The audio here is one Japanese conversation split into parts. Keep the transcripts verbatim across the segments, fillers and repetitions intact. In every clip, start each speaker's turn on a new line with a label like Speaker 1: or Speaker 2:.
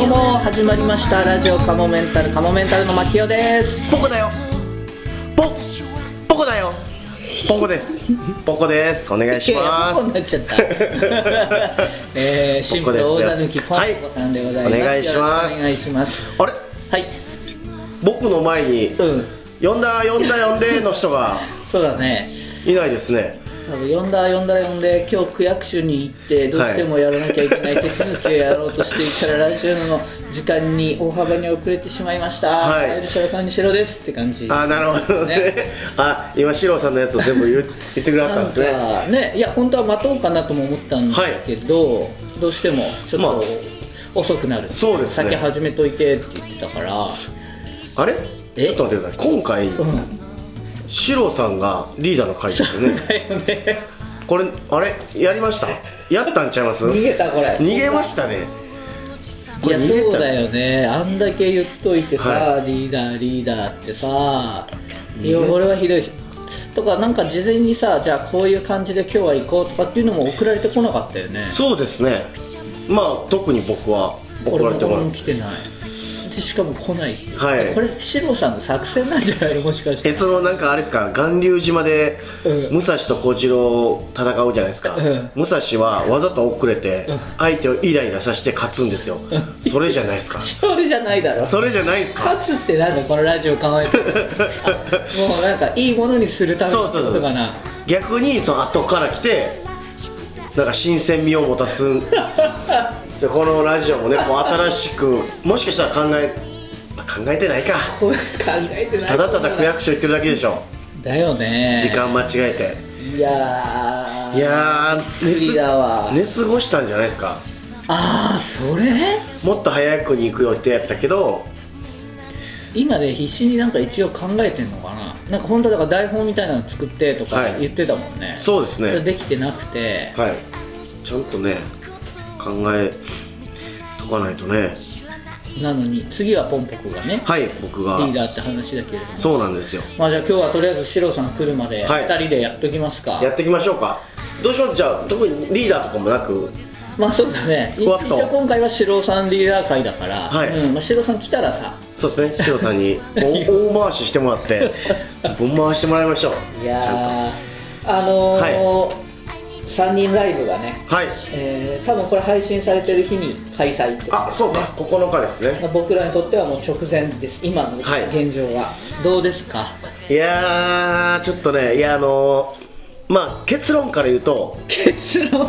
Speaker 1: どうも始まりましたラジオカモメンタルカモメンタルの牧雄です。
Speaker 2: ポコだよポポコだよポコですポコです。お願いします。
Speaker 1: ポコになっちゃったえー、シンプル大抜きポンポコさんでございます、はい、
Speaker 2: お願いします。
Speaker 1: お願いします。
Speaker 2: あれ、
Speaker 1: はい、
Speaker 2: 僕の前に、うん、呼んだ呼んだ呼んでの人が
Speaker 1: そうだね、
Speaker 2: いないですね。
Speaker 1: 呼んだ呼んだ呼んで今日区役所に行ってどうしてもやらなきゃいけない手続きをやろうとしていたら、はい、ラジオの時間に大幅に遅れてしまいました。はい、エルシャラカンニシロですって感じ。
Speaker 2: あ、なるほどね。あ、今シロさんのやつを全部言, 言ってくれはったんですね。
Speaker 1: なんかね、いや本当は待とうかなとも思ったんですけど、はい、どうしてもちょっと、まあ、遅くなる。
Speaker 2: そうですね。
Speaker 1: 先始めといてって言ってたから。
Speaker 2: あれ？ちょっと待ってください。今回。うんシロさんがリーダーの会ですよね。
Speaker 1: そうだよね。
Speaker 2: これあれやりました？やったんちゃいます？
Speaker 1: 逃げたこれ。逃
Speaker 2: げましたね。
Speaker 1: いやそうだよね。あんだけ言っといてさ、はい、リーダーリーダーってさ、いやこれはひどいし。とかなんか事前にさ、じゃあこういう感じで今日は行こうとかっていうのも送られてこなかったよね。
Speaker 2: そうですね。まあ特に僕は送られてこない。
Speaker 1: 俺も来てない。でしかも来ないっていう、
Speaker 2: はい、
Speaker 1: これシロさんの作戦なんじゃないの、もしかして。
Speaker 2: えそのなんかあれですか、巌流島で、うん、武蔵と小次郎戦うじゃないですか、うん、武蔵はわざと遅れて、うん、相手をイライラさせて勝つんですよ、うん、それじゃないですか。
Speaker 1: それじゃないだろ。
Speaker 2: それじゃないですか。
Speaker 1: 勝つってなんだこのラジオ考えてもうなんかいいものにするためのことかな。そうそうそう、
Speaker 2: 逆にその後から来てなんか新鮮味を持たすじゃこのラジオもね、こう新しくもしかしたら考え考えてないか
Speaker 1: 考えてない、
Speaker 2: ただただ区役所行ってるだけでしょ。
Speaker 1: だよね。
Speaker 2: 時間間違えて。
Speaker 1: いやー
Speaker 2: いやー寝す寝過ごしたんじゃないですか。
Speaker 1: ああそれ
Speaker 2: もっと早くに行く予定やったけど
Speaker 1: 今で必死になんか一応考えてんのかな。なんか本当だから台本みたいなの作ってとか言ってたもんね、はい、
Speaker 2: そうですね。
Speaker 1: それできてなくて、
Speaker 2: はい、ちゃんとね考えとかないとね。
Speaker 1: なのに次はポンポコがね、
Speaker 2: はい、僕が
Speaker 1: リーダーって話だけれども。
Speaker 2: そうなんですよ。
Speaker 1: まあじゃあ今日はとりあえずシロさん来るまでふたりでやっときますか、
Speaker 2: はい、やっていきましょうか。どうします？じゃあ特にリーダーとかもなく。
Speaker 1: まあそうだね、一応今回はシロさんリーダー会だから、はい、うん、まあ、シロさん来たらさ、
Speaker 2: そうですね、シロさんに大回ししてもらってぶん回してもらいましょう。
Speaker 1: いやーあのーはい、さんにんライブがね、はい、えー、多分これ配信されてる日に開催ってことですね。
Speaker 2: あ、そうか、ここのかですね。
Speaker 1: 僕らにとってはもう直前です、今の現状は、はい、どうですか？
Speaker 2: いやーちょっとね、いやあのーまあ結論から言うと
Speaker 1: 結論、うん、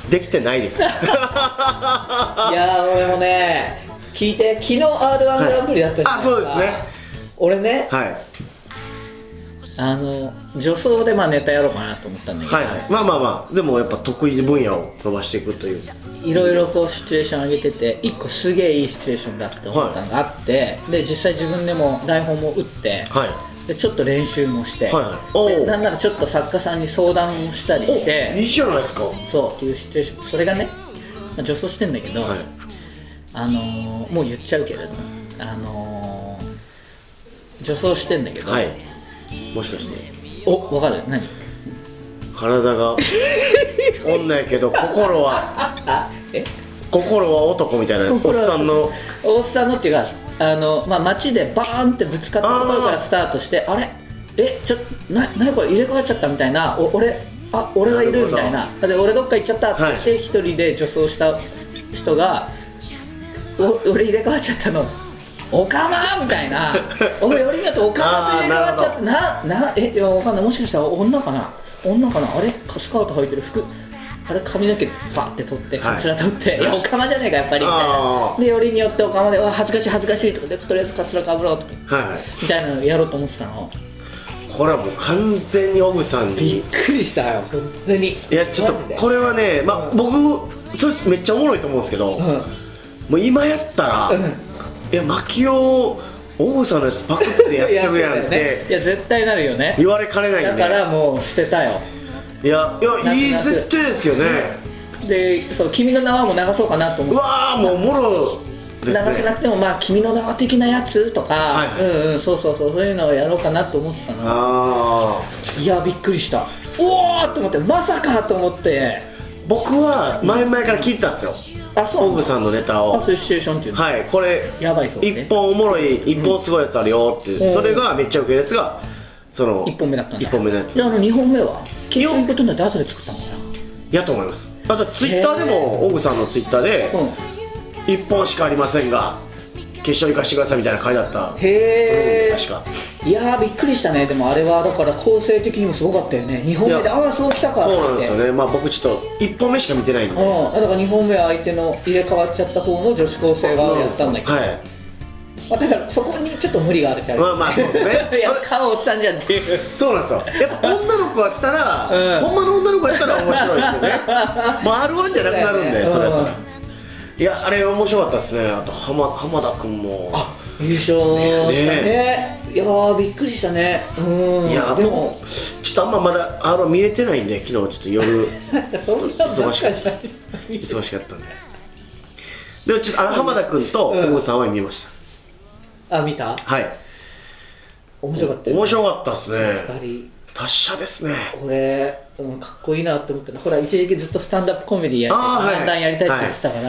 Speaker 2: できてないです。いや
Speaker 1: ー俺もね聞いて、昨日 アールワン グランプリだったじゃないですか、はい、あ、そうですね。俺ね、はい、あの女装でまあネタやろうかなと思ったんだけど、はいはい、
Speaker 2: まあまあまあでもやっぱ得意分野を伸ばしていくという、
Speaker 1: いろいろこうシチュエーション上げてて、いっこすげえいいシチュエーションだって思ったのがあって、はい、で実際自分でも台本も打って、はい、でちょっと練習もして、はいはい、でなんならちょっと作家さんに相談をしたりして、
Speaker 2: いいじゃないですか。
Speaker 1: そうっていうシチュエーション、それがね、まあ、女装してんだけど、はい、あのー、もう言っちゃうけれども、あのー、女装してんだけど、はい、
Speaker 2: もしかして
Speaker 1: お、分かる？何？
Speaker 2: 体が女やけど心はえ心は男みたいな、おっさんの
Speaker 1: おっさんのっていうか、あの、まあ、街でバーンってぶつかったところからスタートして、あれえちょな何これ入れ替わっちゃったみたいな、お俺あ俺がいるみたいな、で俺どっか行っちゃったって言って一、はい、人で女装した人がお俺入れ替わっちゃったのおかまみたいなおいよりによっておかまと入れ替わっちゃったななえいやわかんない、もしかしたら女かな女かなあれスカート履いてる服あれ髪の毛バーって取ってカツラ取って、はい、いやおかまじゃねえかやっぱりみたいなでよりによっておかまでわ恥ずかしい恥ずかしいとかでとりあえずカツラかぶろうとか、はい、みたいなのやろうと思ってたの。
Speaker 2: これはもう完全にオグさんに
Speaker 1: びっくりしたよ本当に。
Speaker 2: いやちょっとこれはね、まあ、僕それめっちゃおもろいと思うんですけど、うん、もう今やったら、うん、いや牧雄オグさんのやつパクってやってるやんって
Speaker 1: い, や、ね、いや絶対なるよね、
Speaker 2: 言われかねないんで、
Speaker 1: だからもう捨てたよ。
Speaker 2: いやいやいい絶対ですけどね、
Speaker 1: うん、でそう君の名はも流そうかなと思って、
Speaker 2: うわーもうおもろですね、
Speaker 1: 流せなくてもまあ君の名は的なやつとか、はいはい、うんうんそうそうそうそういうのをやろうかなと思ってたの。あいやびっくりした、おおと思って、まさかと思って。
Speaker 2: 僕は前々から聞いてたんですよ、
Speaker 1: あ、そうなの
Speaker 2: オグさんのネタを。
Speaker 1: あ、そういうシチュエーションっていうの
Speaker 2: はい、これ
Speaker 1: やばいそうね
Speaker 2: 一本おもろい、一本すごいやつあるよっていう、
Speaker 1: うん
Speaker 2: それがめっちゃウケるやつがその
Speaker 1: いっぽんめだったんだ。
Speaker 2: 一本目のやつ
Speaker 1: じゃあ、あのにほんめは決勝行くことになって後で作ったのかな。
Speaker 2: やと思います。あとツイッターでもオグさんのツイッターで
Speaker 1: うん、
Speaker 2: 一本しかありませんが決勝行かしてくださいみたいな書いてあった。
Speaker 1: へえ、
Speaker 2: 確か。
Speaker 1: いやーびっくりしたね。でもあれはだから構成的にもすごかったよね。にほんめで、ああそうきたかって
Speaker 2: そうなんですよね。まあ僕ちょっといっぽんめしか見てないんで、
Speaker 1: うん、だからにほんめは相手の入れ替わっちゃった方の女子高生側をやったんだけど、
Speaker 2: はい、
Speaker 1: まあ、ただそこにちょっと無理があるちゃう。
Speaker 2: まあまあそうですね
Speaker 1: いや顔おっさんじゃんっていう。
Speaker 2: そうなんですよ。やっぱ女の子が来たら、
Speaker 1: うん、
Speaker 2: ほんまの女の子やったら面白いですよね。もう アールワン じゃなくなるんで、それやったら、いやあれ面白かったですね。あと浜浜田君も
Speaker 1: あ優勝したね。いやーびっくりしたね。うん、
Speaker 2: いや
Speaker 1: でも
Speaker 2: ちょっとあんままだ アールワン 見れてないんで、昨日ちょっと夜
Speaker 1: そんな
Speaker 2: 忙しかった忙しかったんで。でもちょっとあの浜田君とオグさんは見ました。
Speaker 1: あ、見た？
Speaker 2: はい、
Speaker 1: 面白かったよね。
Speaker 2: 面白かったですね。
Speaker 1: ふたり
Speaker 2: 達者ですね。
Speaker 1: 俺うんかっこいいなって思ってた。ほら一時期ずっとスタンダップコメディやりたい、
Speaker 2: あーはい
Speaker 1: 漫談やりたいって言ってたから、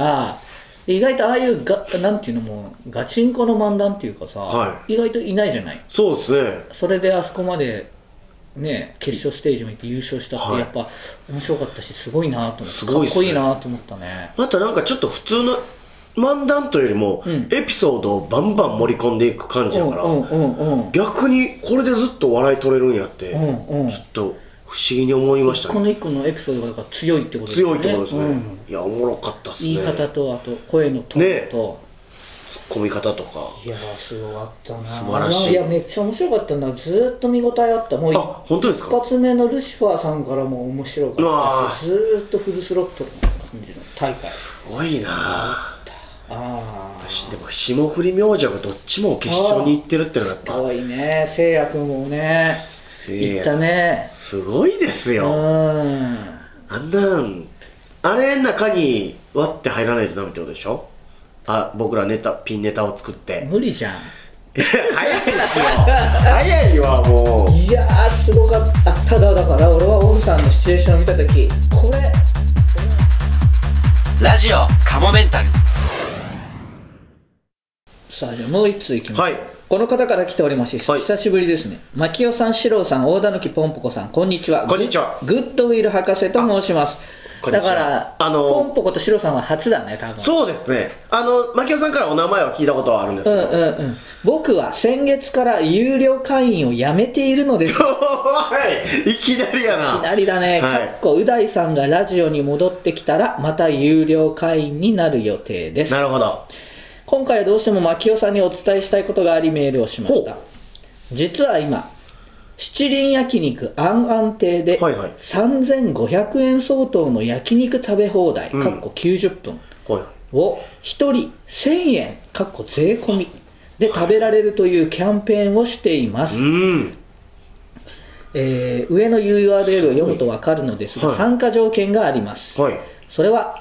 Speaker 1: 意外とああいうがなんていうのもガチンコの漫談っていうかさ、
Speaker 2: は
Speaker 1: 意外といないじゃない。
Speaker 2: そうですね。
Speaker 1: それであそこまでね決勝ステージも行って優勝したって、
Speaker 2: はい
Speaker 1: やっぱ面白かったしすごいなと思って、
Speaker 2: すごいっすね
Speaker 1: かっこいいなと思ったね。
Speaker 2: またなんかちょっと普通の漫談というよりも、
Speaker 1: うん
Speaker 2: エピソードをバンバン盛り込んでいく感じだから、
Speaker 1: うんうんうんうん
Speaker 2: 逆にこれでずっと笑い取れるんやって、
Speaker 1: うんうん、
Speaker 2: ちょっと不思議に思いましたね。
Speaker 1: この一個のエピソードがだから強いってことですね。
Speaker 2: 強いってことですね、
Speaker 1: うん、
Speaker 2: いやおもろかったっすね。
Speaker 1: 言い方とあと声のトーンと、
Speaker 2: ツッコみ方とか。
Speaker 1: いやーすごかったな。
Speaker 2: 素晴らしい。
Speaker 1: いやめっちゃ面白かったんだ。ずーっと見応えあった。もう
Speaker 2: あ本当ですか。
Speaker 1: 一発目のルシファーさんからも面白かったし、ずーっとフルスロットルな感じの大会。
Speaker 2: すごいなあ。
Speaker 1: あ
Speaker 2: でも霜降り明星がどっちも決勝に行ってるってのはやっぱ
Speaker 1: すごいね。せいやくんもね行ったね。
Speaker 2: すごいですよ。
Speaker 1: うん
Speaker 2: あんなんあれの中に割って入らないとダメってことでしょ。あ僕らネタピンネタを作って
Speaker 1: 無理じゃん。
Speaker 2: 早いですよ早いわもう。
Speaker 1: いやーすごかった。ただだから俺はオグさんのシチュエーションを見たとき、これ
Speaker 3: ラジオカモメンタル。
Speaker 1: さあじゃあもう一通いきます、
Speaker 2: はい、
Speaker 1: この方から来ております、
Speaker 2: はい、
Speaker 1: 久しぶりですね。牧雄さん、四郎さん、大田貫ぽんぽこさん、こんにちは。
Speaker 2: こんにちは。
Speaker 1: グッドウィル博士と申します。だから
Speaker 2: あの
Speaker 1: ぽんぽこと四郎さんは初だね多分。
Speaker 2: そうですね。あの牧雄さんからお名前は聞いたことはあるんですけど、
Speaker 1: うんうんうん、僕は先月から有料会員をやめているのです
Speaker 2: はいいきなりやな。
Speaker 1: いきなりだね、
Speaker 2: はい、
Speaker 1: かっこう大さんがラジオに戻ってきたらまた有料会員になる予定です。
Speaker 2: なるほど。
Speaker 1: 今回はどうしても牧雄さんにお伝えしたいことがありメールをしました。実は今七輪焼肉あんあん亭でさんぜんごひゃくえん相当の焼肉食べ放題、かっこきゅうじゅっぷんをひとりせんえんかっこ税込みで食べられるというキャンペーンをしています。うん、えー、上の ユーアールエル を読むと分かるのですが、はい、参加条件があります、はい、それは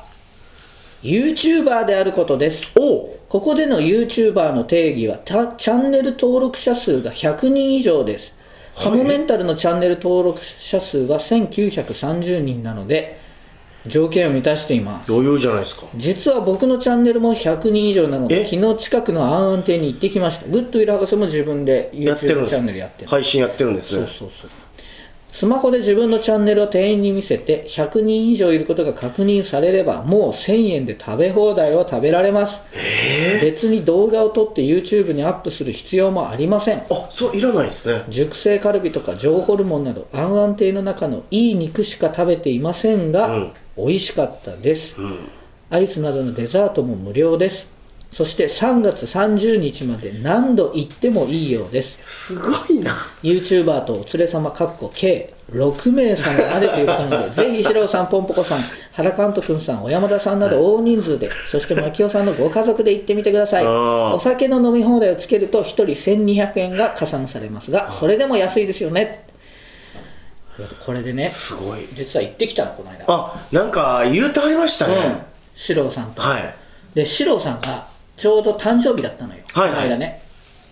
Speaker 1: YouTuber であることです。おここでの YouTuber の定義はチャンネル登録者数がひゃくにん以上です。カモメンタルのチャンネル登録者数はせんきゅうひゃくさんじゅうにんなので条件を満たしています。
Speaker 2: 余裕じゃないですか。
Speaker 1: 実は僕のチャンネルもひゃくにん以上なので、昨日近くのあんあん亭に行ってきました。グッドウィル博士も自分で YouTube チャンネルやってる。
Speaker 2: 配信やってるんですね。
Speaker 1: そうそうそう。スマホで自分のチャンネルを店員に見せてひゃくにん以上いることが確認されればもうせんえんで食べ放題を食べられます。別に動画を撮って YouTube にアップする必要もありません。
Speaker 2: あ、そういらないですね。
Speaker 1: 熟成カルビとか上ホルモンなどあんあん亭の中のいい肉しか食べていませんが、うん、美味しかったです、うん、アイスなどのデザートも無料です。そしてさんがつさんじゅうにちまで何度行ってもいいようです。
Speaker 2: すごいな。
Speaker 1: YouTuber とお連れ様かっこ計ろくめいさんがあるということなのでぜひ四郎さん、ぽんぽこさん、原監督さん、小山田さんなど大人数で、そして牧雄さんのご家族で行ってみてください。お酒の飲み放題をつけるとひとりせんにひゃくえんが加算されますが、それでも安いですよね。これでね、
Speaker 2: すごい。
Speaker 1: 実は行ってきたのこの間。
Speaker 2: あ、なんか言うてありましたね、うん、
Speaker 1: 四郎さんと。
Speaker 2: はい、
Speaker 1: で四郎さんがちょうど誕生日だったのよ、
Speaker 2: はいはい、
Speaker 1: この間ね。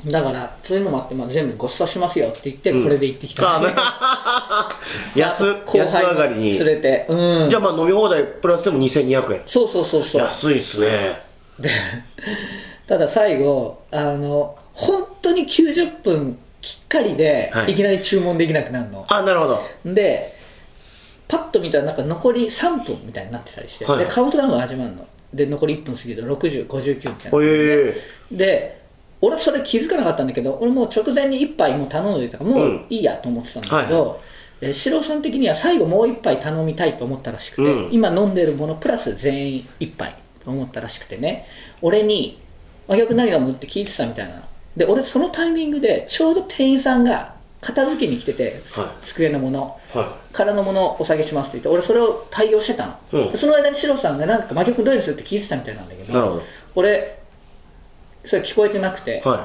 Speaker 1: だからそういうのもあって、まあ、全部ごっそしますよって言って、これで行ってきた、
Speaker 2: うん、安安上がりに
Speaker 1: 連れて、うん、
Speaker 2: じゃあまあ飲み放題プラスでもにせんにひゃくえん。
Speaker 1: そうそうそうそう、
Speaker 2: 安いっすね。
Speaker 1: でただ最後あの本当にきゅうじゅっぷんきっかりで、はい、いきなり注文できなくなるの。
Speaker 2: あ、なるほど。
Speaker 1: でパッと見たらなんか残りさんぷんみたいになってたりして、はい、でカウントダウンが始まるので、残りいっぷん過ぎるとろくじゅう、ごじゅうきゅうみたいな、えー、で俺それ気づかなかったんだけど、俺もう直前にいっぱいもう頼んでたからもういいやと思ってたんだけど、うん、はい、えシロさん的には最後もういっぱい頼みたいと思ったらしくて、うん、今飲んでるものプラス全員いっぱいと思ったらしくてね、俺に「真逆何飲む?」って聞いてたみたいなので、俺そのタイミングでちょうど店員さんが片付けに来てて、はい、机のもの、はい、空のものをお下げしますって言って、俺それを対応してたの、うん、その間にシロさんがなんか真逆どうですって聞いてたみたいなんだけど、なるほど、俺それ聞こえてなくて、はい、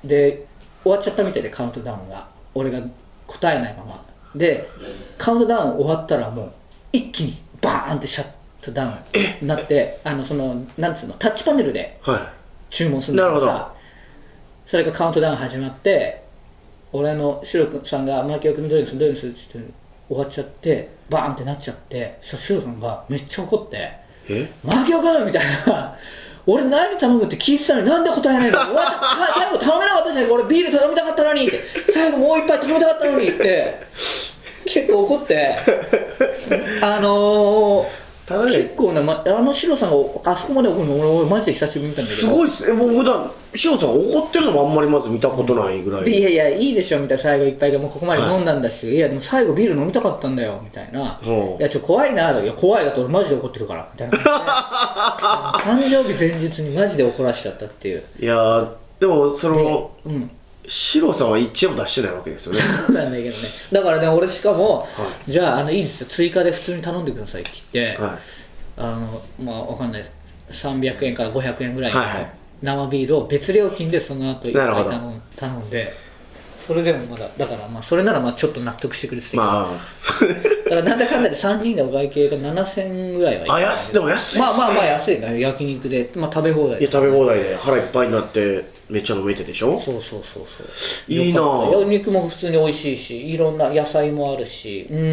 Speaker 1: で終わっちゃったみたいでカウントダウンが、俺が答えないままで、カウントダウン終わったらもう一気にバーンってシャットダウンになって、あのそのなんつうのタッチパネルで注文するんだけどさ、はい、それがカウントダウン始まって、俺のシロさんが「マーキー君どうですどうです」って言って終わっちゃってバーンってなっちゃって、そしたらシロさんがめっちゃ怒って「マーキー君」みたいな俺何頼むって聞いてたのになんで答えないの終わっちゃった最後頼めなかったじゃん、俺ビール頼みたかったのにって最後もう一杯頼みたかったのにって結構怒ってあのー結構な、ま、あのシロさんがあそこまで怒るの 俺, 俺マジで久しぶりに見たんだけど、
Speaker 2: すごいっすね。もう普段シロさんが怒ってるのもあんまりまず見たことないぐらい、
Speaker 1: いやいやいいでしょみたいな、最後いっぱいでもうここまで飲んだんだし、はい、いやでも最後ビール飲みたかったんだよみたいな、いやちょっと怖いな、いや怖いだと俺マジで怒ってるからみたいな感じで誕生日前日にマジで怒らしちゃったっていう。
Speaker 2: いやでもその、うん、シロさんはいちえんも出してないわけですよね。
Speaker 1: そうなんだけどね。だからね俺しかも、はい、じゃあ、あのいいですよ追加で普通に頼んでくださいって言って、はい、あのまあわかんないさんびゃくえんからごひゃくえんぐらいの生ビールを別料金でその後いっぱい頼ん頼んで、それでもまだだからまあそれならまあちょっと納得してくれてたけど、まあ、だからなんだかんだでさんにんでお会計がななせんえんぐらいはい
Speaker 2: あ安でも安いっすね。
Speaker 1: まあまあまあ安いね、焼肉で、まあ、食べ放題で、
Speaker 2: いや食べ放題で腹いっぱいになってめっちゃ飲めてでしょ。そう
Speaker 1: そうそうそう
Speaker 2: いいな
Speaker 1: ぁ。肉も普通に美味しいし、いろんな野菜もあるし、うん、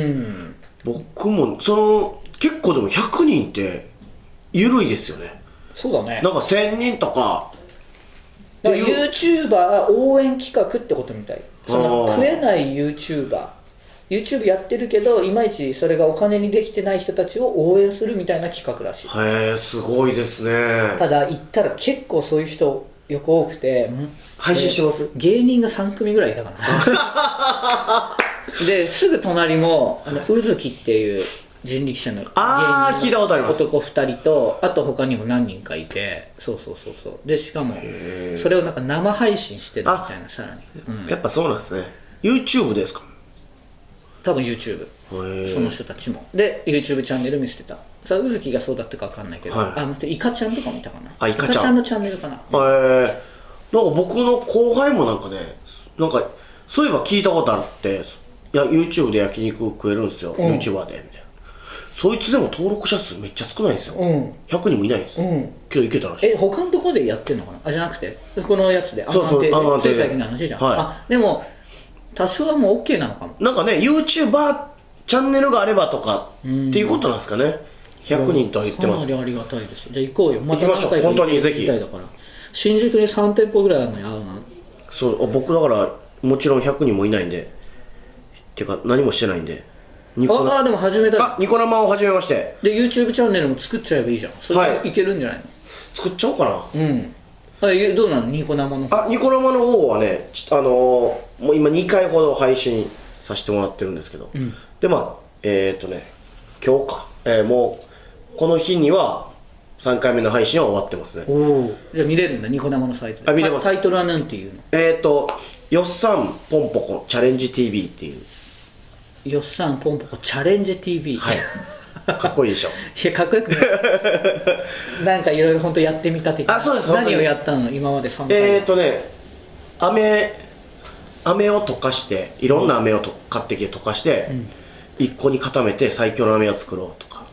Speaker 2: 僕もその結構でもひゃくにんって緩いですよね。
Speaker 1: そうだね。
Speaker 2: なんかせんにんとか
Speaker 1: だから YouTuber 応援企画ってことみたい。その食えない YouTuber YouTube やってるけどいまいちそれがお金にできてない人たちを応援するみたいな企画らしい。
Speaker 2: へえすごいですね。
Speaker 1: ただ行ったら結構そういう人よく多くて、
Speaker 2: 配信してます。
Speaker 1: 芸人がさんくみぐらいいたかなですぐ隣もあのうずきっていう人力車の
Speaker 2: あー聞いたことあります。
Speaker 1: 男ふたりとあと他にも何人かいて、そうそうそうそうでしかもそれをなんか生配信してるみたいな、さらに、
Speaker 2: うん、やっぱそうなんですね。 YouTube ですか。
Speaker 1: 多分 YouTube その人たちもで YouTube チャンネル見せてた。さあうずきがそうだったか分かんないけど、はい、あ待ってイカちゃんとか見たかな。
Speaker 2: あイカちゃん、イカち
Speaker 1: ゃんのチャンネルかな。へ
Speaker 2: えー、なんか僕の後輩もなんかねなんかそういえば聞いたことあるって、いや YouTube で焼肉食えるんですよ、うん、YouTuber でみたいな。そいつでも登録者数めっちゃ少ないんですよ、うん、ひゃくにんもいないんです、うん、けどいけたらしい。
Speaker 1: え他のところでやってんのかな。あじゃなくてこのやつで
Speaker 2: そうそう
Speaker 1: 安定で最近の話じゃん、はい、あでも多少はもう OK なのかも。
Speaker 2: なんかね YouTuber チャンネルがあればとかっていうことなんですかね。ひゃくにんとは言ってます。
Speaker 1: かなりありがたいです。じゃあ行こうよ。
Speaker 2: また行きましょう本当にぜひ。
Speaker 1: 新宿にさん店舗ぐらいあるのに合うな。
Speaker 2: そう僕だからもちろんひゃくにんもいないんでてか何もしてないんで。
Speaker 1: ああでも始めた。
Speaker 2: あニコ生を始めまして。
Speaker 1: で YouTube チャンネルも作っちゃえばいいじゃん。それいけるんじゃないの、はい、
Speaker 2: 作っちゃおうかな。
Speaker 1: うんあどうなのニコ生の方。
Speaker 2: あニコ生の方はねあのー、もう今にかいほど配信させてもらってるんですけど、うん、でまあえっ、ー、とね今日か、えー、もうこの日にはさんかいめの配信は終わってますね。
Speaker 1: おじゃあ見れるんだニコ生のサイトで。あ見れます。タイトルは何ていうの。
Speaker 2: えっ、ー、とよっさんぽんぽこチャレンジ ティーブイ っていう。
Speaker 1: よっさんぽんぽこチャレンジ ティーブイ
Speaker 2: はいかっこいいでしょ。
Speaker 1: いやかっこよくないなんかいろいろ本当やってみた的な。
Speaker 2: あそうです。
Speaker 1: 何をやったの今までさんかい。
Speaker 2: えっ、ー、とね飴飴を溶かしていろんな飴をと買ってきて溶かして、うん、いっこに固めて最強の飴を作ろうとか。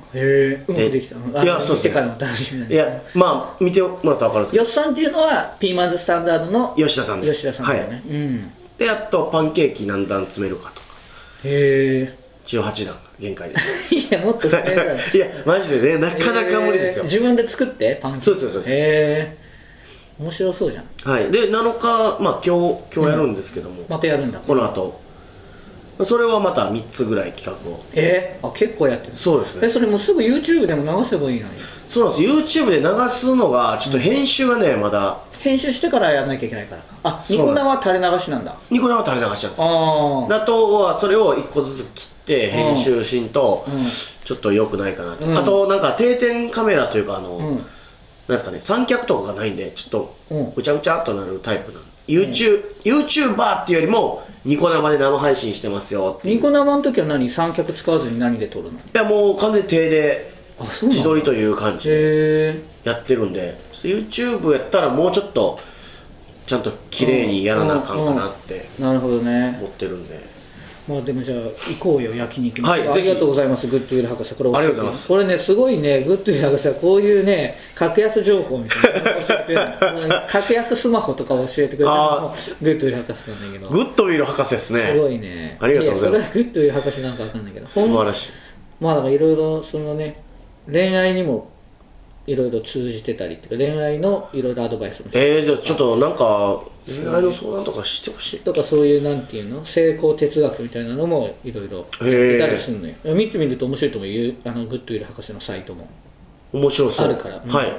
Speaker 1: へえ、うまくできたの？
Speaker 2: いや、そうですね。
Speaker 1: 見てからも楽しみなんで。
Speaker 2: いや、まあ見てもらったら分かるんですけど、
Speaker 1: よっさんっていうのはピーマンズスタンダードの
Speaker 2: 吉田さんです。
Speaker 1: 吉田さんだよね、
Speaker 2: はい、
Speaker 1: うん。
Speaker 2: で、あとパンケーキ何段詰めるかとか。
Speaker 1: へえ。
Speaker 2: じゅうはちだんが限界です。
Speaker 1: いや、もっと詰めるから
Speaker 2: いや、マジでね、なかなか無理ですよ。
Speaker 1: 自分で作ってパンケーキ？
Speaker 2: そうですそうです。
Speaker 1: へえ、面白そうじゃん。
Speaker 2: はい。で、なのか、まあ今日今日やるんですけども、うん、
Speaker 1: またやるんだ、
Speaker 2: この後それはまたみっつぐらい企画を。
Speaker 1: えー、あ、結構やってる。
Speaker 2: そうですね。
Speaker 1: え、それもうすぐ YouTube でも流せばいいのに。
Speaker 2: そうなんです。 YouTube で流すのがちょっと編集がね、まだ
Speaker 1: 編集してからやらなきゃいけないからか。あ、ニコ生は垂れ流しなんだ。
Speaker 2: ニコ生は垂れ流しなんですよ。
Speaker 1: ああ。
Speaker 2: あとはそれをいっこずつ切って編集しんとちょっと良くないかなと、うん、あとなんか定点カメラというかあの、うん、なんですかね、三脚とかがないんでちょっとぐちゃぐちゃっとなるタイプなんで、YouTube、YouTuber っていうよりもニコ生で生配信してますよっていう。
Speaker 1: ニコ生の時は何、三脚使わずに何で撮るの？い
Speaker 2: や、もう完全に手で自撮りという感じでやってるんで、YouTube やったらもうちょっとちゃんと綺麗にやらなあかんかなって
Speaker 1: なるほどね、
Speaker 2: 思ってるんで。
Speaker 1: まあでもじゃあ行こうよ、焼肉に。
Speaker 2: はい、
Speaker 1: ありがとうございます、グッドウィル博士。これ
Speaker 2: ありがとうございます。
Speaker 1: これね、すごいね、グッドウィル博士はこういうね、格安情報みたいなのを教えてくれる格安スマホとかを教えてくれたのもグッドウィル博士なんだけど。
Speaker 2: グッドウィル博士ですね。
Speaker 1: すごいね。
Speaker 2: ありがとうございます。
Speaker 1: それはグッドウィル博士なんかわかんないけど、
Speaker 2: 素晴らしい。
Speaker 1: まあだからいろいろそのね、恋愛にもいろいろ通じてたりっていうか、恋愛のいろいろアドバイスもして、
Speaker 2: えー、じゃあちょっとなんか恋愛の相談とかしてほしい
Speaker 1: とか、そういうなんていうの、成功哲学みたいなのもいろいろいたりするのよ。見てみると面白いと思うよ、あのグッドウィル博士のサイトも
Speaker 2: 面白そう
Speaker 1: あるから、うん、
Speaker 2: はい。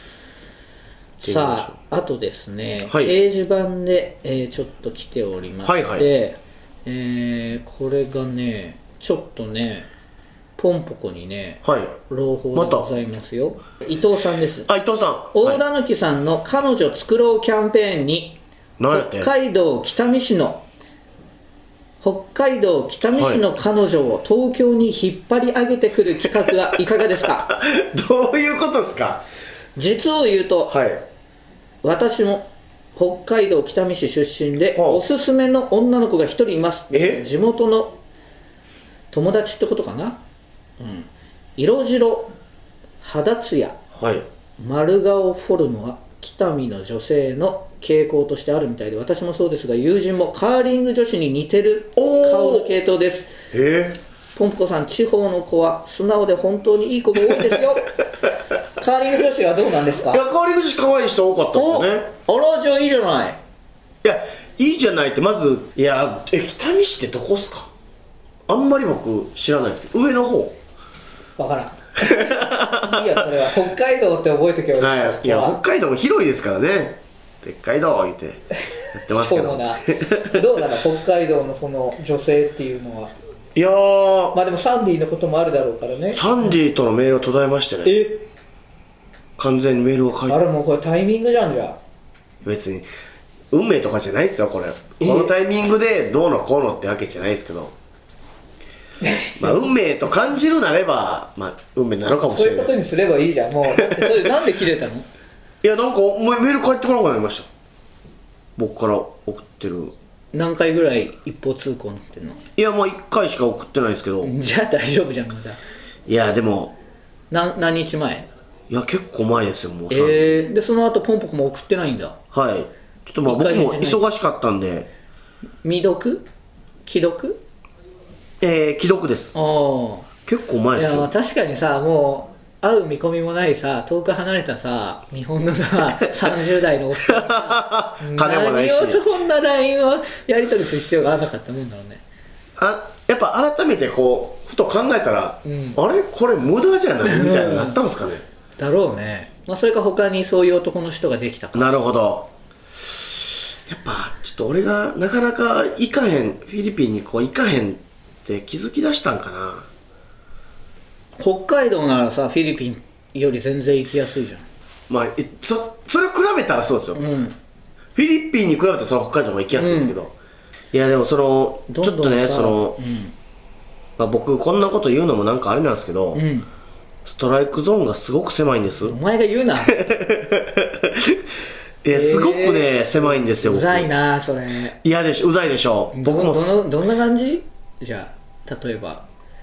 Speaker 1: さあ、あとですね、
Speaker 2: はい、
Speaker 1: 掲示板で、えー、ちょっと来ておりまして、はいはい、えー、これがね、ちょっとね、ポンポコにね、
Speaker 2: はい、
Speaker 1: 朗報でございますよ。ま、伊藤さんです。
Speaker 2: あ、伊藤さん。
Speaker 1: 大田貫さんの彼女作ろうキャンペーンに、北海道北見市の北海道北見市の彼女を東京に引っ張り上げてくる企画はいかがですか？
Speaker 2: どういうことですか？
Speaker 1: 実を言うと、はい、私も北海道北見市出身で、おすすめの女の子が一人います。地元の友達ってことかな。うん、色白、肌ツヤ、はい、丸顔フォルムは北見の女性の傾向としてあるみたいで、私もそうですが友人もカーリング女子に似てる顔の系統です。
Speaker 2: え
Speaker 1: ー、ポンポコさん、地方の子は素直で本当にいい子が多いですよ。カーリング女子はどうなんですか？
Speaker 2: いや、カーリング女子可愛い人多かったですね。
Speaker 1: あら、じゃあいいじゃない。
Speaker 2: いや、いいじゃないって、まず、いや、え、北見市ってどこっすか？あんまり僕知らないですけど、上の方
Speaker 1: わからん。いいよ、それは北海道って覚えとけばいい。はい、
Speaker 2: いや、北海道も広いですからね。北海道言ってやってますけど。
Speaker 1: そうだどうなの北海道のその女性っていうのは。
Speaker 2: いやー、
Speaker 1: まあでもサンディのこともあるだろうからね。
Speaker 2: サンディとのメールを途絶えましてね。
Speaker 1: え、
Speaker 2: 完全にメールを書いて。
Speaker 1: あれもうこれタイミングじゃん。じゃあ
Speaker 2: 別に運命とかじゃないですよこれ。このタイミングでどうのこうのってわけじゃないですけどまあ運命と感じるなれば、まあ、運命なのかもしれないです。
Speaker 1: そういうことにすればいいじゃん。もうだってそれなんで切れたの？
Speaker 2: いや、なんかもうメール返ってこなくなりました。僕から送ってる。
Speaker 1: 何回ぐらい一方通行になってんの？
Speaker 2: いや、もういっかいしか送ってないですけど。
Speaker 1: じゃあ大丈夫じゃん。まだ
Speaker 2: いや、でも
Speaker 1: な何日前？
Speaker 2: いや、結構前ですよ、もう。
Speaker 1: えー、でその後ポンポコも送ってないんだ。
Speaker 2: はい。ちょっとまあ僕も忙しかったんで。
Speaker 1: 未読？既読？
Speaker 2: えー、既読です。ああ、結構前ですよ。
Speaker 1: いや、確かにさ、もう会う見込みもないさ、遠く離れたさ、日本のささんじゅう代のおっさんが
Speaker 2: 金もないし、
Speaker 1: 何をそんな ライン をやり取りする必要があらなかったもんだろうね。
Speaker 2: あ、やっぱ改めてこうふと考えたら、うん、あれこれ無駄じゃないみたいになったんですかね。
Speaker 1: だろうね。まあ、それか他にそういう男の人ができたか。
Speaker 2: なるほど。やっぱちょっと俺がなかなか行かへん、フィリピンにこう行かへんって気づき出したんかな。
Speaker 1: 北海道ならさ、フィリピンより全然行きやすいじゃん。まあ、
Speaker 2: そ, それを比べたらそうですよ、うん、フィリピンに比べたらその北海道も行きやすいですけど、うん、いやでもそのちょっとね、その、うんまあ、僕こんなこと言うのもなんかあれなんですけど、うん、ストライクゾーンがすごく狭いんです。
Speaker 1: お前が言うな。
Speaker 2: いや、すごくね、えー、狭いんですよ。
Speaker 1: うざいなそれ。
Speaker 2: 嫌でしょ、うざいでしょ。僕も
Speaker 1: どのどんな感じ？じゃあ例えば
Speaker 2: い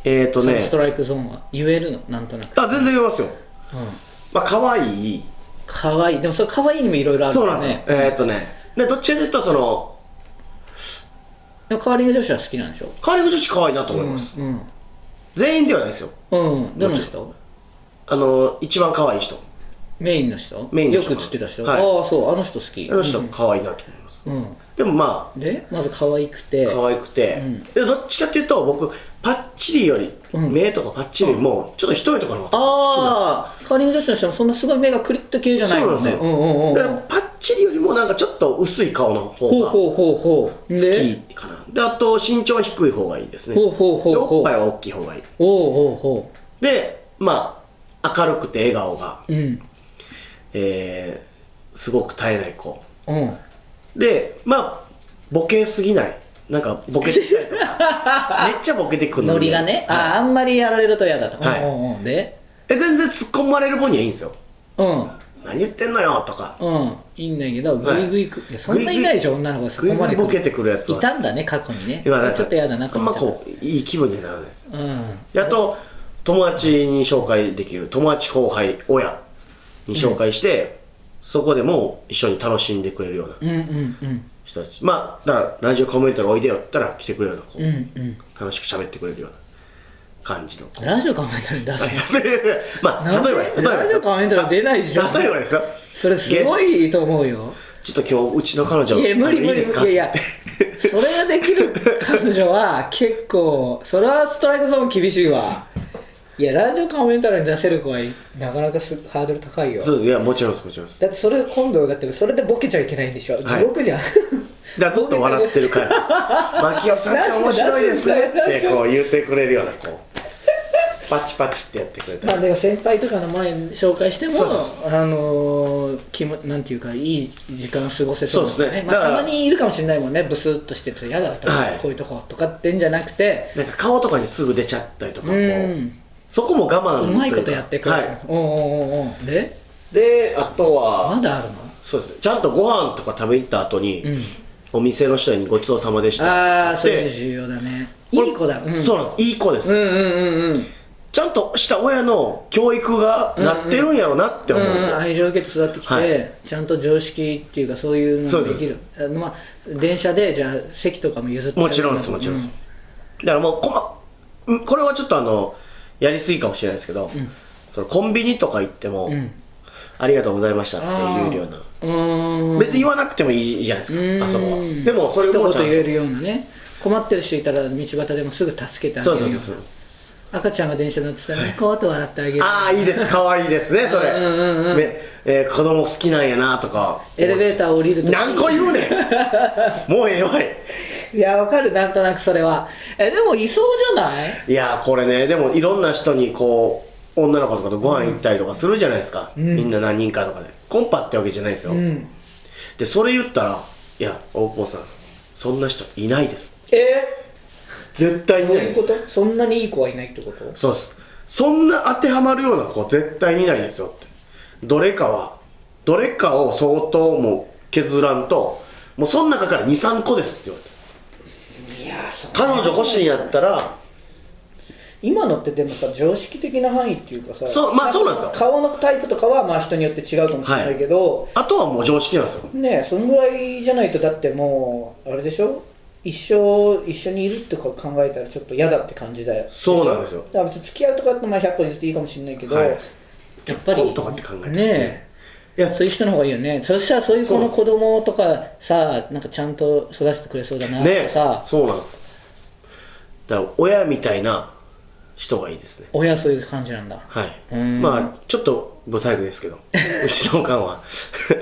Speaker 2: えっとね
Speaker 1: そのストライクゾーンは言えるのなんとなく。
Speaker 2: あ全然言えますよ。
Speaker 1: うん、
Speaker 2: まあ可愛い
Speaker 1: かわいい。でもそれかわいいにもいろいろある
Speaker 2: そう
Speaker 1: からね。
Speaker 2: なんですよ。えっとねでどっちかというとその
Speaker 1: でもカーリング女子は好きなんでしょ。
Speaker 2: カーリング女子可愛いなと思います、
Speaker 1: うん、
Speaker 2: 全員ではないですよ。
Speaker 1: うん、うん、どの人？
Speaker 2: あの一番可愛い人、
Speaker 1: メインの人？
Speaker 2: メインの人
Speaker 1: よく映ってた人、
Speaker 2: はい、
Speaker 1: ああそうあの人好き。
Speaker 2: あの人可愛いなと思います、
Speaker 1: うん、
Speaker 2: でもまあ
Speaker 1: でまず可愛くて
Speaker 2: 可愛くて、うん、でどっちかっていうと僕パッチリより、うん、目とかパッチリよりもちょっと一重とかの方が好きな、
Speaker 1: ああカーリング女子の人もそんなすごい目がクリッと系じゃないもんね。
Speaker 2: そうなんですよ、うんうんうん、だからパッチリよりもなんかちょっと薄い顔の方が好きかな。であと身長は低い方がいいですね。
Speaker 1: ほうほうほうほう、
Speaker 2: でおっぱいは大きい方がいい。
Speaker 1: ほうほうほ
Speaker 2: うでまあ明るくて笑顔が、うん、えー、すごく絶えない子、うん、でまあボケすぎない、なんかボケてきたりとかめっちゃボケてくるの
Speaker 1: ノリがね、はい、ああんまりやられると嫌だと、
Speaker 2: はい、
Speaker 1: うんうん、で
Speaker 2: え全然突っ込まれる分にはいいんですよ。うん、何言ってんのよとか、
Speaker 1: うん、いいんだけどグイグイく、はい、いやそんないないでしょ女の子がそこまで
Speaker 2: グイグイボケてくるやつはい
Speaker 1: たんだね過去にね。ちょっと嫌だなと思っちゃった。
Speaker 2: あんまこういい気分にならないです、うん、であと友達に紹介できる友達後輩親に紹介して、うん、そこでも一緒に楽しんでくれるような人たち、うんうんうん、まあだからラジオコメントでおいでよって言ったら来てくれるようなこう、うんうん、楽しく喋ってくれるような感じの
Speaker 1: ラジオコメントに出す
Speaker 2: まあ例えばです例えば
Speaker 1: ラジオコメントに出ないでしょ。
Speaker 2: 例えばですよ、
Speaker 1: それすごいいいと思うよ。
Speaker 2: ちょっと今日うちの彼女
Speaker 1: いや無理無理、いやいやそれができる彼女は結構それはストライクゾーン厳しいわ。いやラジオコメンタリーに出せる子はなかなかハードル高いよ。
Speaker 2: そうです、いやもちろんですもちろんです。
Speaker 1: だってそれ今度だってそれでボケちゃいけないんでしょ、地獄じゃん、はい、
Speaker 2: だからずっと笑ってるから「牧雄さんって面白いですね」ってこう言ってくれるようなこうパチパチってやってくれたり、
Speaker 1: まあでも先輩とかの前に紹介してもあのー、気もなんていうかいい時間を過ごせそうですね。そうですね、まあ、たまにいるかもしれないもんね、ブスッとしてて嫌だとか、はい、こういうとことかってんじゃなくて
Speaker 2: なんか顔とかにすぐ出ちゃったりとかこうそこも我慢
Speaker 1: うまいことやってくる、はい、おうおうおうで
Speaker 2: であとは
Speaker 1: まだあるの。
Speaker 2: そうですね、ちゃんとご飯とか食べに行った後に、うん、お店の人にごちそうさまでした。
Speaker 1: ああそれ重要だね。いい子だ、
Speaker 2: うん、そうなんです、いい子です、うんうんうんうん、ちゃんとした親の教育がなってるんやろうなって思う、うんうんうん、
Speaker 1: 愛情を受けて育ってきて、はい、ちゃんと常識っていうかそういうのができる。あの、まあ、電車でじゃあ席とかも譲って
Speaker 2: もちろんですもちろんです、うん、だからもうこ、ま、これはちょっとあのやりすぎかもしれないですけど、うん、そのコンビニとか行っても、うん、ありがとうございましたっていうような、う別に言わなくてもいいじゃないですか、あそこは。でもそれも
Speaker 1: 一言言えるようなね、困ってる人いたら道端でもすぐ助けてあげるような。そうそうそうそう、赤ちゃんが電車乗ってたらニコッと笑ってあげる。
Speaker 2: ああいいです、かわいいですねそれ。うんうんうん、えー、子供好きなんやなとか。
Speaker 1: エレベーター降りると
Speaker 2: 何個言うねんもうええわい。
Speaker 1: いやわかる、なんとなくそれは。えでもいそうじゃない。
Speaker 2: いやこれね、でもいろんな人にこう女の子とかとご飯行ったりとかするじゃないですか、うん、みんな何人かとかでコンパってわけじゃないですよ、うん、でそれ言ったらいや大久保さんそんな人いないです。
Speaker 1: えー
Speaker 2: 絶対いないです。
Speaker 1: どういうこと？そんなにいい子はいないってこと？
Speaker 2: そうです。そんな当てはまるような子絶対にいないですよって。どれかはどれかを相当もう削らんともうその中から にさんこですって言われて。いやそ彼女欲しいんやったら
Speaker 1: 今のってでもさ常識的な範囲っていうかさ、
Speaker 2: そうまあそうなんですよ。
Speaker 1: 顔のタイプとかはまあ人によって違うかもしれないけど、
Speaker 2: はい、あとはもう常識なんですよ
Speaker 1: ね。そのぐらいじゃないとだってもうあれでしょ、一生一緒にいるとか考えたらちょっと嫌だって感じだよ。
Speaker 2: そうなんですよ。
Speaker 1: だから別に付き合うとかってまあひゃっぽ譲っていいかもしれないけど、はい、やっぱり
Speaker 2: 結婚とかって考えて
Speaker 1: ねえ、いやそういう人の方がいいよね。そしたらそういう子の子供とかさなんかちゃんと育ててくれそうだなとかさ、
Speaker 2: ね、そうなんです。だから親みたいな人がいいですね。
Speaker 1: 親そういう感じなんだ。
Speaker 2: はい。まあちょっと不細工ですけどうちのおかんは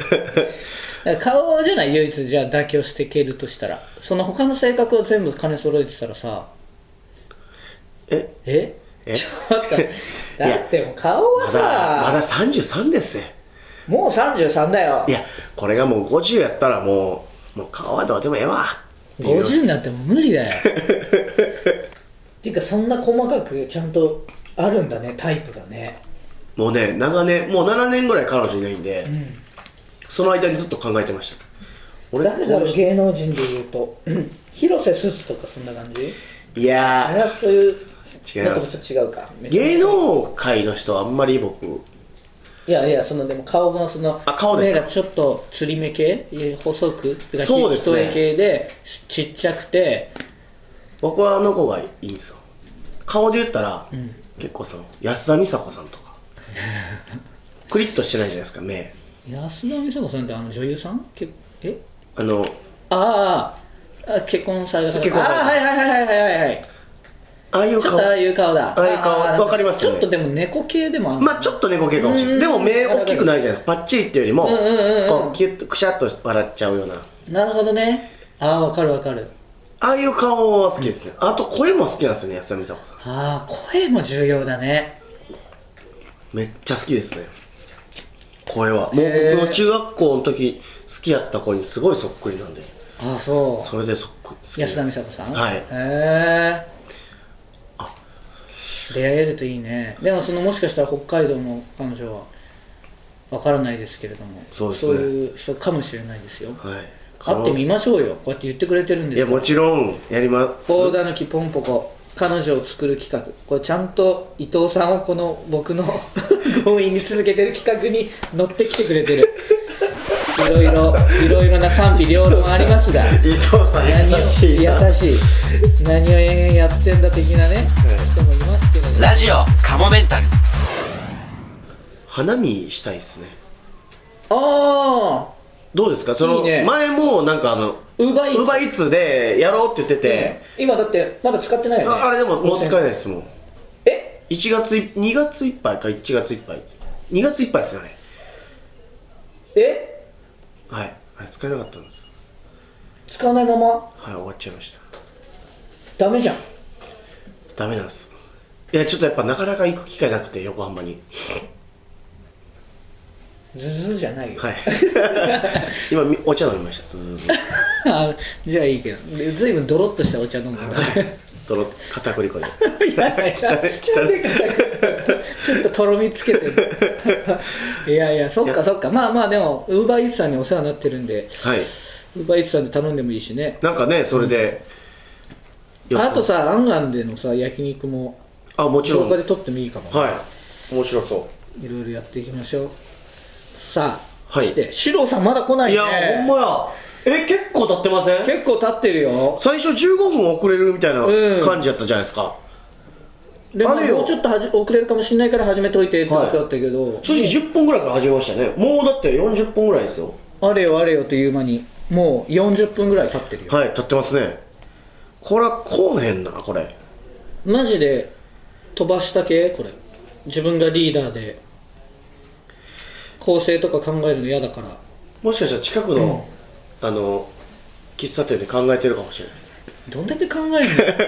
Speaker 1: 顔じゃない唯一じゃあ妥協していけるとしたら、その他の性格を全部兼ね揃えてたらさ、
Speaker 2: え
Speaker 1: ええちょっとだってもう顔はさ
Speaker 2: まだまださんじゅうさんですね。
Speaker 1: もうさんじゅうさんだよ。
Speaker 2: いやこれがもうごじゅうやったらもうもう顔はどうでもええわ。
Speaker 1: ごじゅうになっても無理だよっていうかそんな細かくちゃんとあるんだねタイプがね。
Speaker 2: もうね長年もうななねんぐらい彼女いないんで、うん、その間にずっと考えてました。
Speaker 1: 俺誰だろう芸能人でいうと広瀬すずとかそんな感じ。
Speaker 2: いや
Speaker 1: あれはそういう
Speaker 2: 違います。
Speaker 1: ちょっと違うか。
Speaker 2: 芸能界の人はあんまり僕、
Speaker 1: いやいや、そのでも顔のその目がちょっとつり目系、細く、
Speaker 2: そうですね、
Speaker 1: 一重系でちっちゃくて、
Speaker 2: 僕はあの子がいいんですよ。顔で言ったら、
Speaker 1: うん、
Speaker 2: 結構その安田美沙子さんとかクリッとしてないじゃないですか、目。
Speaker 1: 安田美沙子さんってあの女優さん？けえ
Speaker 2: あの
Speaker 1: ああ結婚された方。
Speaker 2: 結婚された。
Speaker 1: ああはいはいはいはいはいはい。
Speaker 2: ああいう顔、
Speaker 1: ちょっとああいう顔だ。
Speaker 2: ああいう顔わかりますよね。
Speaker 1: ちょっとでも猫系でもある。
Speaker 2: まあちょっと猫系かもしれない。でも目大きくないじゃない。パッチリっていうよりも、こうキュッとくしゃっと笑っちゃうような。
Speaker 1: なるほどね。ああわかるわかる。
Speaker 2: ああいう顔は好きですね。あと声も好きなんですよね、安田美沙子さん。
Speaker 1: ああ声も重要だね。
Speaker 2: めっちゃ好きですね、声は。もう僕の中学校の時好きやった子にすごいそっくりなんで。
Speaker 1: ああそう。
Speaker 2: それでそっくり。
Speaker 1: 安田美沙子さん。
Speaker 2: はい。へ
Speaker 1: え。あ出会えるといいね。でもそのもしかしたら北海道の彼女はわからないですけれども、
Speaker 2: そうですね、
Speaker 1: そういう人かもしれないですよ。
Speaker 2: はい。
Speaker 1: 会ってみましょうよ。こうやって言ってくれてるんですから。
Speaker 2: いやもちろんやります。
Speaker 1: 大狸ポンポコ彼女を作る企画、これちゃんと伊藤さんをこの僕の強引に続けてる企画に乗ってきてくれてる。いろいろいろいろな賛否両論ありますが、
Speaker 2: 伊藤さん優しいな。
Speaker 1: 優しい。何をやってんだ的なね、人もいますけど、ね、
Speaker 3: ラジオカモメンタル。
Speaker 2: 花見したいですね。
Speaker 1: ああ
Speaker 2: どうですか、そのいい、ね、前もなんかあの
Speaker 1: ウーバーイ
Speaker 2: ーツでやろうって言ってて、
Speaker 1: うん、今だってまだ使ってないよね。
Speaker 2: あ, あれでももう使えないですもん。
Speaker 1: え
Speaker 2: いちがつにがついっぱいかいちがついっぱいにがついっぱいですよね。
Speaker 1: え
Speaker 2: はい、あれ使えなかったんです。
Speaker 1: 使わないまま
Speaker 2: はい終わっちゃいました。
Speaker 1: ダメじゃん。
Speaker 2: ダメなんです。いやちょっとやっぱなかなか行く機会なくて、横浜に。
Speaker 1: ズズじゃないよ。
Speaker 2: はい今お茶飲みました。ズズズ
Speaker 1: あじゃあいいけど、ずいぶんドロッとしたお茶飲むんだ
Speaker 2: ドロッ片栗粉で
Speaker 1: いやいやちょっととろみつけてるいやいやそっかそっか。まあまあでもウーバーイーツさんにお世話になってるんで、
Speaker 2: はい、
Speaker 1: ウーバーイーツさんで頼んでもいいしね。なん
Speaker 2: かねそれで、
Speaker 1: うん、あとさアンガンでのさ焼肉も
Speaker 2: あもちろん
Speaker 1: 動画で撮ってもいいかも、ね、
Speaker 2: はい面白そう。
Speaker 1: いろいろやっていきましょう。さあ、
Speaker 2: はい、
Speaker 1: してシロさんまだ来ないね。
Speaker 2: いやほんまや。え結構経ってません？
Speaker 1: 結構経ってるよ。
Speaker 2: 最初じゅうごふん遅れるみたいな感じやったじゃないですか、
Speaker 1: うん、でももうちょっとはじ遅れるかもしれないから始めといてってことだったけど、はい、
Speaker 2: 正直じゅっぷんぐらいから始めましたね。もうだってよんじゅっぷんぐらいですよ。
Speaker 1: あれよあれよという間にもうよんじゅっぷんぐらい経ってるよ。
Speaker 2: はい経ってますね。これはこうへんな。これ
Speaker 1: マジで飛ばした系。これ自分がリーダーで構成とか考えるの嫌だから。
Speaker 2: もしかしたら近くの、うん、あの喫茶店で考えてるかもしれないです。
Speaker 1: どんだけ考えるの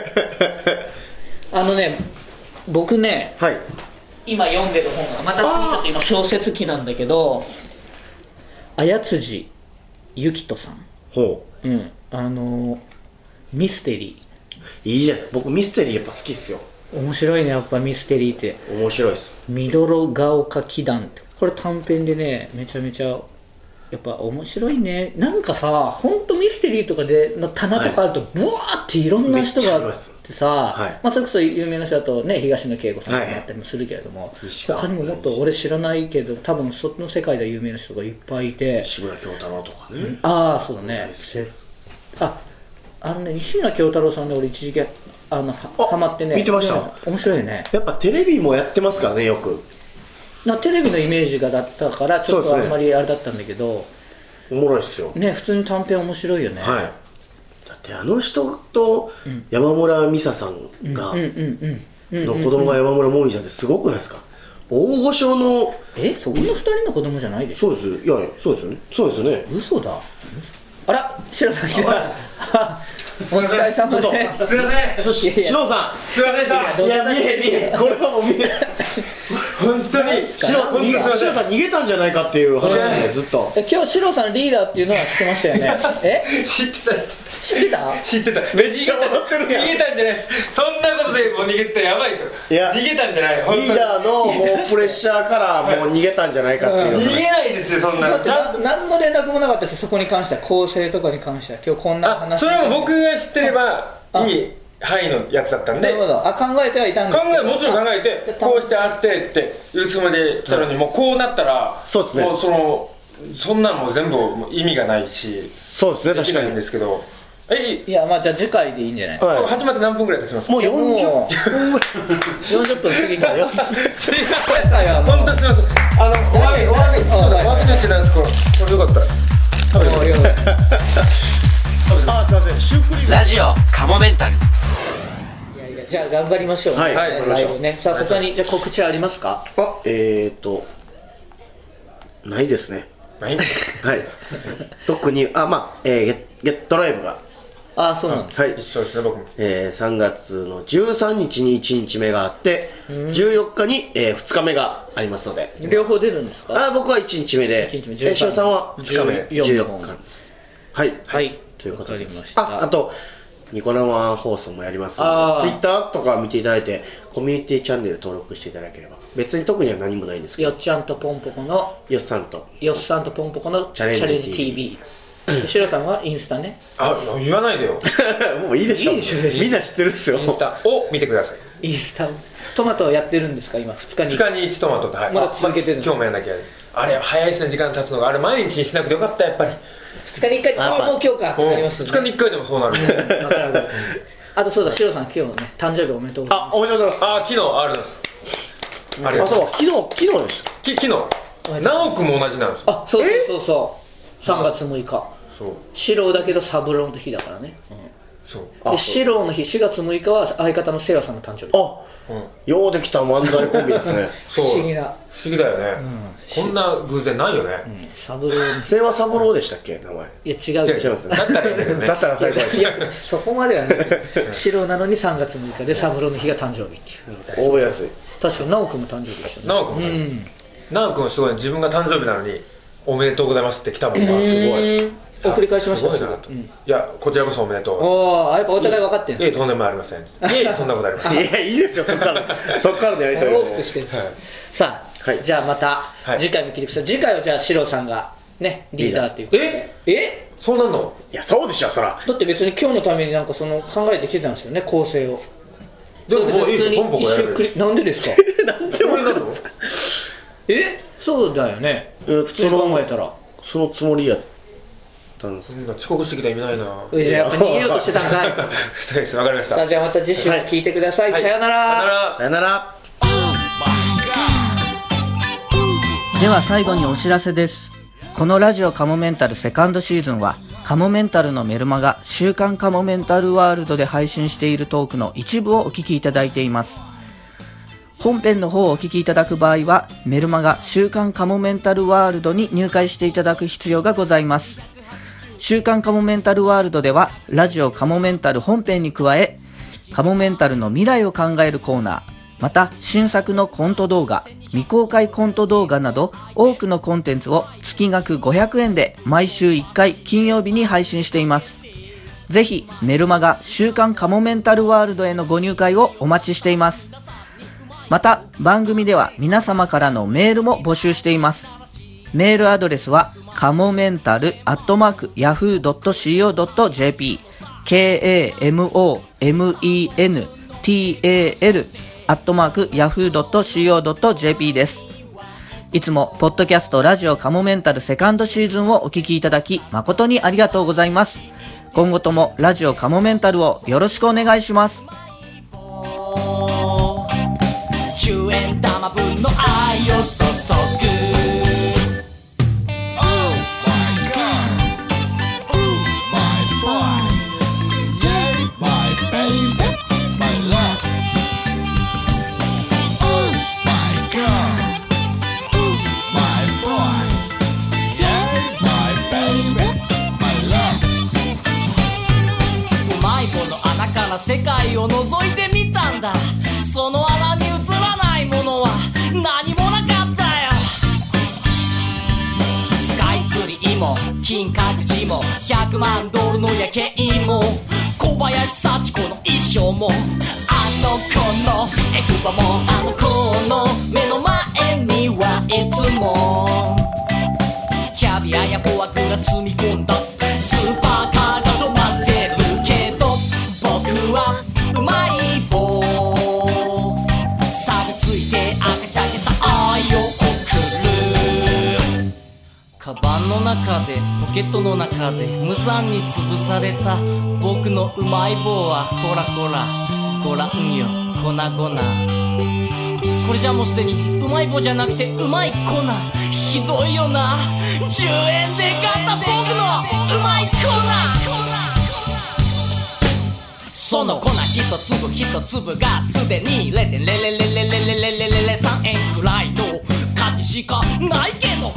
Speaker 1: あのね僕ね、はい、今読んでる本がまた次ちょっと今小説期なんだけど、綾辻ゆきとさん。
Speaker 2: ほ
Speaker 1: う、うん、あのミステリ
Speaker 2: ーいいじゃないですか。僕ミステリーやっぱ好きっすよ。
Speaker 1: 面白いねやっぱミステリーって。
Speaker 2: 面白いっす。
Speaker 1: ミドロガオカ祈願ってこれ短編でねめちゃめちゃやっぱ面白いね。なんかさほんとミステリーとかでの棚とかあるとブワーっていろんな人があってさ、はい、まあ、それこそ有名な人だとね東野圭吾さんとかもあったりもするけれども、はい、他にももっと俺知らないけど多分その世界では有名な人がいっぱいいて、
Speaker 2: 西村京太郎とかね、うん、
Speaker 1: ああそうだね。ああのね西村京太郎さんで俺一時期あのはハマってね
Speaker 2: 見てました。
Speaker 1: 面白いよね。
Speaker 2: やっぱテレビもやってますからねよく。
Speaker 1: なテレビのイメージがだったからちょっとあんまりあれだったんだけど、
Speaker 2: おもろいっすよ
Speaker 1: ね。普通に短編面白いよね。
Speaker 2: はい。だってあの人と山村美沙さんがの子供が山村もみちゃんってすごくないですか。大御所の
Speaker 1: えそんなふたりの子供じゃないでしょ。
Speaker 2: そうです。いやいやそうですよね。そうですよね。
Speaker 1: 嘘だ。あらシロさん来た。お疲れ様です。
Speaker 3: すいません。
Speaker 2: そしてシロさん
Speaker 3: すいませんでした。
Speaker 2: いや見え見えこれはもう見え
Speaker 3: 本当に
Speaker 2: シロさん逃げたんじゃないかっていう話でずっと。
Speaker 1: 今日シロさんリーダーっていうのは知ってましたよね。え
Speaker 3: 知ってた
Speaker 1: 知ってた
Speaker 3: 知ってた。
Speaker 2: めっちゃ笑ってるやん。
Speaker 3: 逃げたんじゃない。そんなことでもう逃げてたらやばいですよ。いや逃げたんじゃない。
Speaker 2: リーダーのもうプレッシャーからもう逃げたんじゃないかっていう、
Speaker 3: うん、逃げないですよそんな。
Speaker 1: だって何の連絡もなかったしそこに関しては構成とかに関しては今日こんな話。
Speaker 3: あそれは僕が知ってればいい範囲のやつだったんで、
Speaker 1: なるほど。あ、考えてはいたんですけど、
Speaker 3: 考えもちろん考えてこうしてああしてっていうつもりで来たのに、もうこうなったら
Speaker 2: そうですね、
Speaker 3: もうそのそんなのも全部意味がないし、
Speaker 2: そうですね、
Speaker 3: できないん
Speaker 2: 確かに
Speaker 3: ですけど、え
Speaker 1: いや、まあじゃあ次回でいいんじゃないですか。
Speaker 2: はい
Speaker 3: 始まって何分ぐらい経ちますか？
Speaker 2: もうよんじゅっぷんぐらい
Speaker 1: よんじゅっぷん過ぎたよ。
Speaker 3: すいません、本当すいません。あのおわびおわびそうだ、おわびってなんですか？これよかったら食べてください。
Speaker 2: あ、すいません、シュークリーム
Speaker 4: ラジオカモメンタル。
Speaker 1: いやいや、じゃあ頑張りましょう。
Speaker 2: はい
Speaker 3: はい
Speaker 1: ライブね。さあ他にじゃあ告知ありますか？
Speaker 2: あ、えーとないですね。
Speaker 3: はい
Speaker 2: はい特に、あ、まあ、えー、ゲッゲットライブが、
Speaker 1: ああ、そうなんです。
Speaker 2: はい、
Speaker 3: 一緒ですね、僕も。
Speaker 2: えー、さんがつのじゅうさんにちにいちにちめがあって、じゅうよっかに、えー、ふつかめがありますので、
Speaker 1: 両方出るんですか？
Speaker 2: あ、僕はいちにちめで、
Speaker 1: 一日目
Speaker 2: えー、しおさんは
Speaker 3: ふつかめ
Speaker 2: じゅうよっか。はい、
Speaker 1: はい。
Speaker 2: ということです。
Speaker 1: わかりました。
Speaker 2: あ、あとニコ生放送もやります
Speaker 1: あー
Speaker 2: ので、ツイッターとか見ていただいて、コミュニティチャンネル登録していただければ、別に特には何もないんですけど、
Speaker 1: よっちゃんとポンポコの
Speaker 2: よっさんと
Speaker 1: よっさんとポンポコのチャレンジ ティービー。でシロさんはインスタね。
Speaker 3: あ、言わないでよ。
Speaker 2: もういいでしょ、
Speaker 1: いいでしょ別に
Speaker 2: みんな知ってるっすよ。
Speaker 3: インスタを見てください。
Speaker 1: インスタトマトをやってるんですか今ふつかに
Speaker 3: ふつかにいちトマトって、はい、
Speaker 1: まだ続けてるんですか？
Speaker 3: 今日もやんなきゃ。あれ早いですね、時間経つのが。あれ毎日にしなくてよかった、やっぱり。
Speaker 1: ふつかにいっかいああもう今日かってなりますよ
Speaker 3: ふつかにいっかいでもそうなる。
Speaker 1: わかるわかる。あとそうだ、シロさん今日ね誕生日おめでとうござい
Speaker 2: あ、
Speaker 1: ます。
Speaker 2: おめでとうございま
Speaker 3: あ、昨日あるんです。あり
Speaker 2: す。あ、
Speaker 3: がと
Speaker 2: そうう、昨日、昨日でした。
Speaker 3: き昨日直くも同じなんですよ。
Speaker 1: あ、そうそうそうそうさんがつむいか
Speaker 3: そう
Speaker 1: シロだけどサブローの日だからね。
Speaker 3: そう。
Speaker 2: あ
Speaker 1: でシロの日しがつむいかは相方のセイラさんの誕生日。
Speaker 2: あ、
Speaker 3: うん、
Speaker 2: ようできた漫才コンビですね。
Speaker 3: そう
Speaker 1: 不思議な、
Speaker 3: 不思議だよね、こんな偶然ないよね、
Speaker 1: うん、サブローの日。
Speaker 2: 清和三郎でしたっけ、名前。
Speaker 1: いや違うけど
Speaker 2: 違いますね。
Speaker 3: だったらいいんだけどね
Speaker 2: だったら最高でし
Speaker 1: いやそこまではねシロなのにさんがつむいかでサブローの日が誕生日っていう。
Speaker 2: 覚えやすい。
Speaker 1: 確かに直くんも誕生日でしたね。
Speaker 3: 直くんもね
Speaker 1: うん
Speaker 3: 直くんはすごい、自分が誕生日なのにおめでとうございますって来たもんがすごい。
Speaker 1: うん送り返しました
Speaker 3: すごいなと、
Speaker 1: うん
Speaker 3: いやこちらこそおめでとう。
Speaker 1: おお、やっぱお互い分かってるん
Speaker 3: いえ、
Speaker 1: です
Speaker 3: とんでもありません。いえ、そんなことありません。
Speaker 2: いや、いいですよ、そっから。そっからのやりとり
Speaker 1: 往復してるんですよ。さあ、
Speaker 2: はい
Speaker 1: じゃあまた
Speaker 3: はい
Speaker 1: 次回も聞いてください。次回はじゃあシロさんがねリーダーっていうことで。え
Speaker 3: そうなんの？
Speaker 2: いや、そうでしょ、そら。
Speaker 1: だって別に今日のためになんかその考えてきてたんですよね、構成を。
Speaker 3: でももういいですよ、
Speaker 1: 普通に
Speaker 3: ポンポコやる
Speaker 1: 一瞬クリなんでですか？
Speaker 3: なんでもいいなの？
Speaker 1: えそうだよね、
Speaker 2: え
Speaker 1: 普通に考えたら。
Speaker 2: そのつもりやったんです
Speaker 3: そんな遅刻してきた意味ないな。
Speaker 1: えじゃあやっぱ逃げようとしてたんかい。
Speaker 3: そうです、わかりました。
Speaker 1: さあじゃあまた次週も聞いてください。
Speaker 3: はい
Speaker 1: さよな
Speaker 3: さよな
Speaker 1: ら。
Speaker 3: ら。
Speaker 2: さよなら。
Speaker 5: では最後にお知らせです。このラジオカモメンタルセカンドシーズンはカモメンタルのメルマガ週刊カモメンタルワールドで配信しているトークの一部をお聞きいただいています。本編の方をお聞きいただく場合はメルマガ週刊カモメンタルワールドに入会していただく必要がございます。週刊カモメンタルワールドではラジオカモメンタル本編に加えカモメンタルの未来を考えるコーナー、また新作のコント動画、未公開コント動画など多くのコンテンツを月額ごひゃくえんで毎週いっかい金曜日に配信しています。ぜひメルマガ週刊カモメンタルワールドへのご入会をお待ちしています。また番組では皆様からのメールも募集しています。メールアドレスはカモメンタルアットマークヤフードットシーオードットジェーピー ケーエーエムオーエムイーエヌティーエーエル アットマークヤフードットシーオードットジェーピー です。いつもポッドキャストラジオカモメンタルセカンドシーズンをお聞きいただき誠にありがとうございます。今後ともラジオカモメンタルをよろしくお願いします。
Speaker 6: じゅうえん玉分の愛を注ぐ世界を覗いてみたんだ。その穴に映らないものは何もなかったよ。スカイツリーも金閣寺もひゃくまんドルの夜景も小林幸子の衣装もあの子のエクバもあの子の目の前にはいつもキャビアやフォアグラ積み込んだスーパーカーが止まってるけど僕はケットの中で無残に潰された僕のうまい棒はこらこらごらんよ粉々。これじゃもうすでにうまい棒じゃなくてうまい粉。ひどいよな、じゅうえんで買った僕のうまい粉。その粉一粒一粒がすでに れいてんれいれいれいれいれいれいれいれいさんえんくらいの価値しかないけど、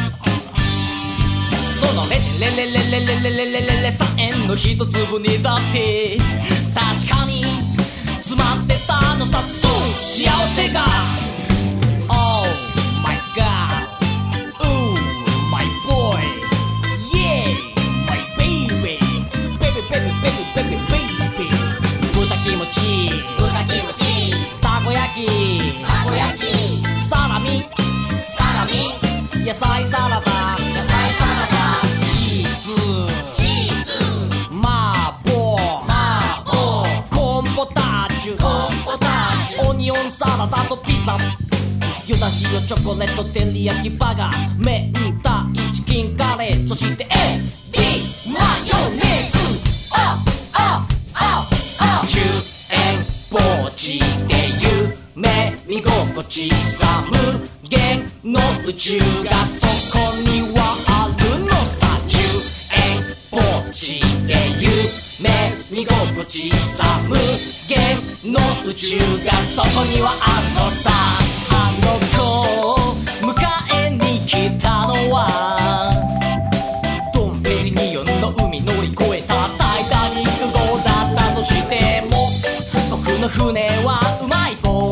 Speaker 6: その れいてんれいれいれいれいれいれいれいさんえんの一粒にだって確かに詰まってたのさ、幸せが。 Oh my god Ooh my boy Yeah my baby Baby baby baby baby baby 豚キムチ豚キムチたこ焼きたこ焼きサラミサラミ野菜サラダ野菜サラダチーズチーズ麻婆麻婆コーンポタージュコーンポタージュオニオンサラダとピザ湯だしチョコレート照り焼きバーガー明太チキンカレーそしてエビマヨネーズああああじゅうえんポーチで夢見心地さ無限の宇宙がそこにはあるのさじゅうえんポーチで夢見心地さ無限の宇宙がそこにはあるのさ。あの子迎えに来たのはドンペリニオンの海乗り越えたタイタニック号だったとしても僕の船はうまい棒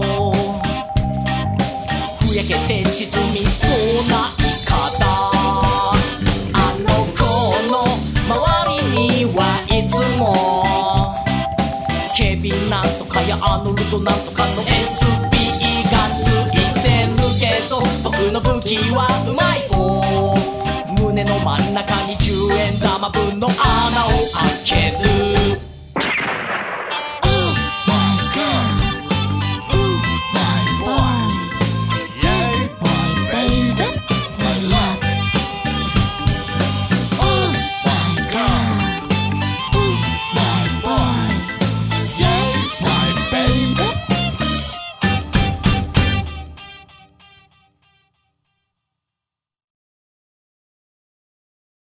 Speaker 6: ふやけて沈みそうなイカだ。あの子の周りにはいつもケビンなんとかやアーノルドなんとかの エスピー がついてるけど僕の武器はうまい棒胸の真ん中にじゅうえん玉分の穴を開ける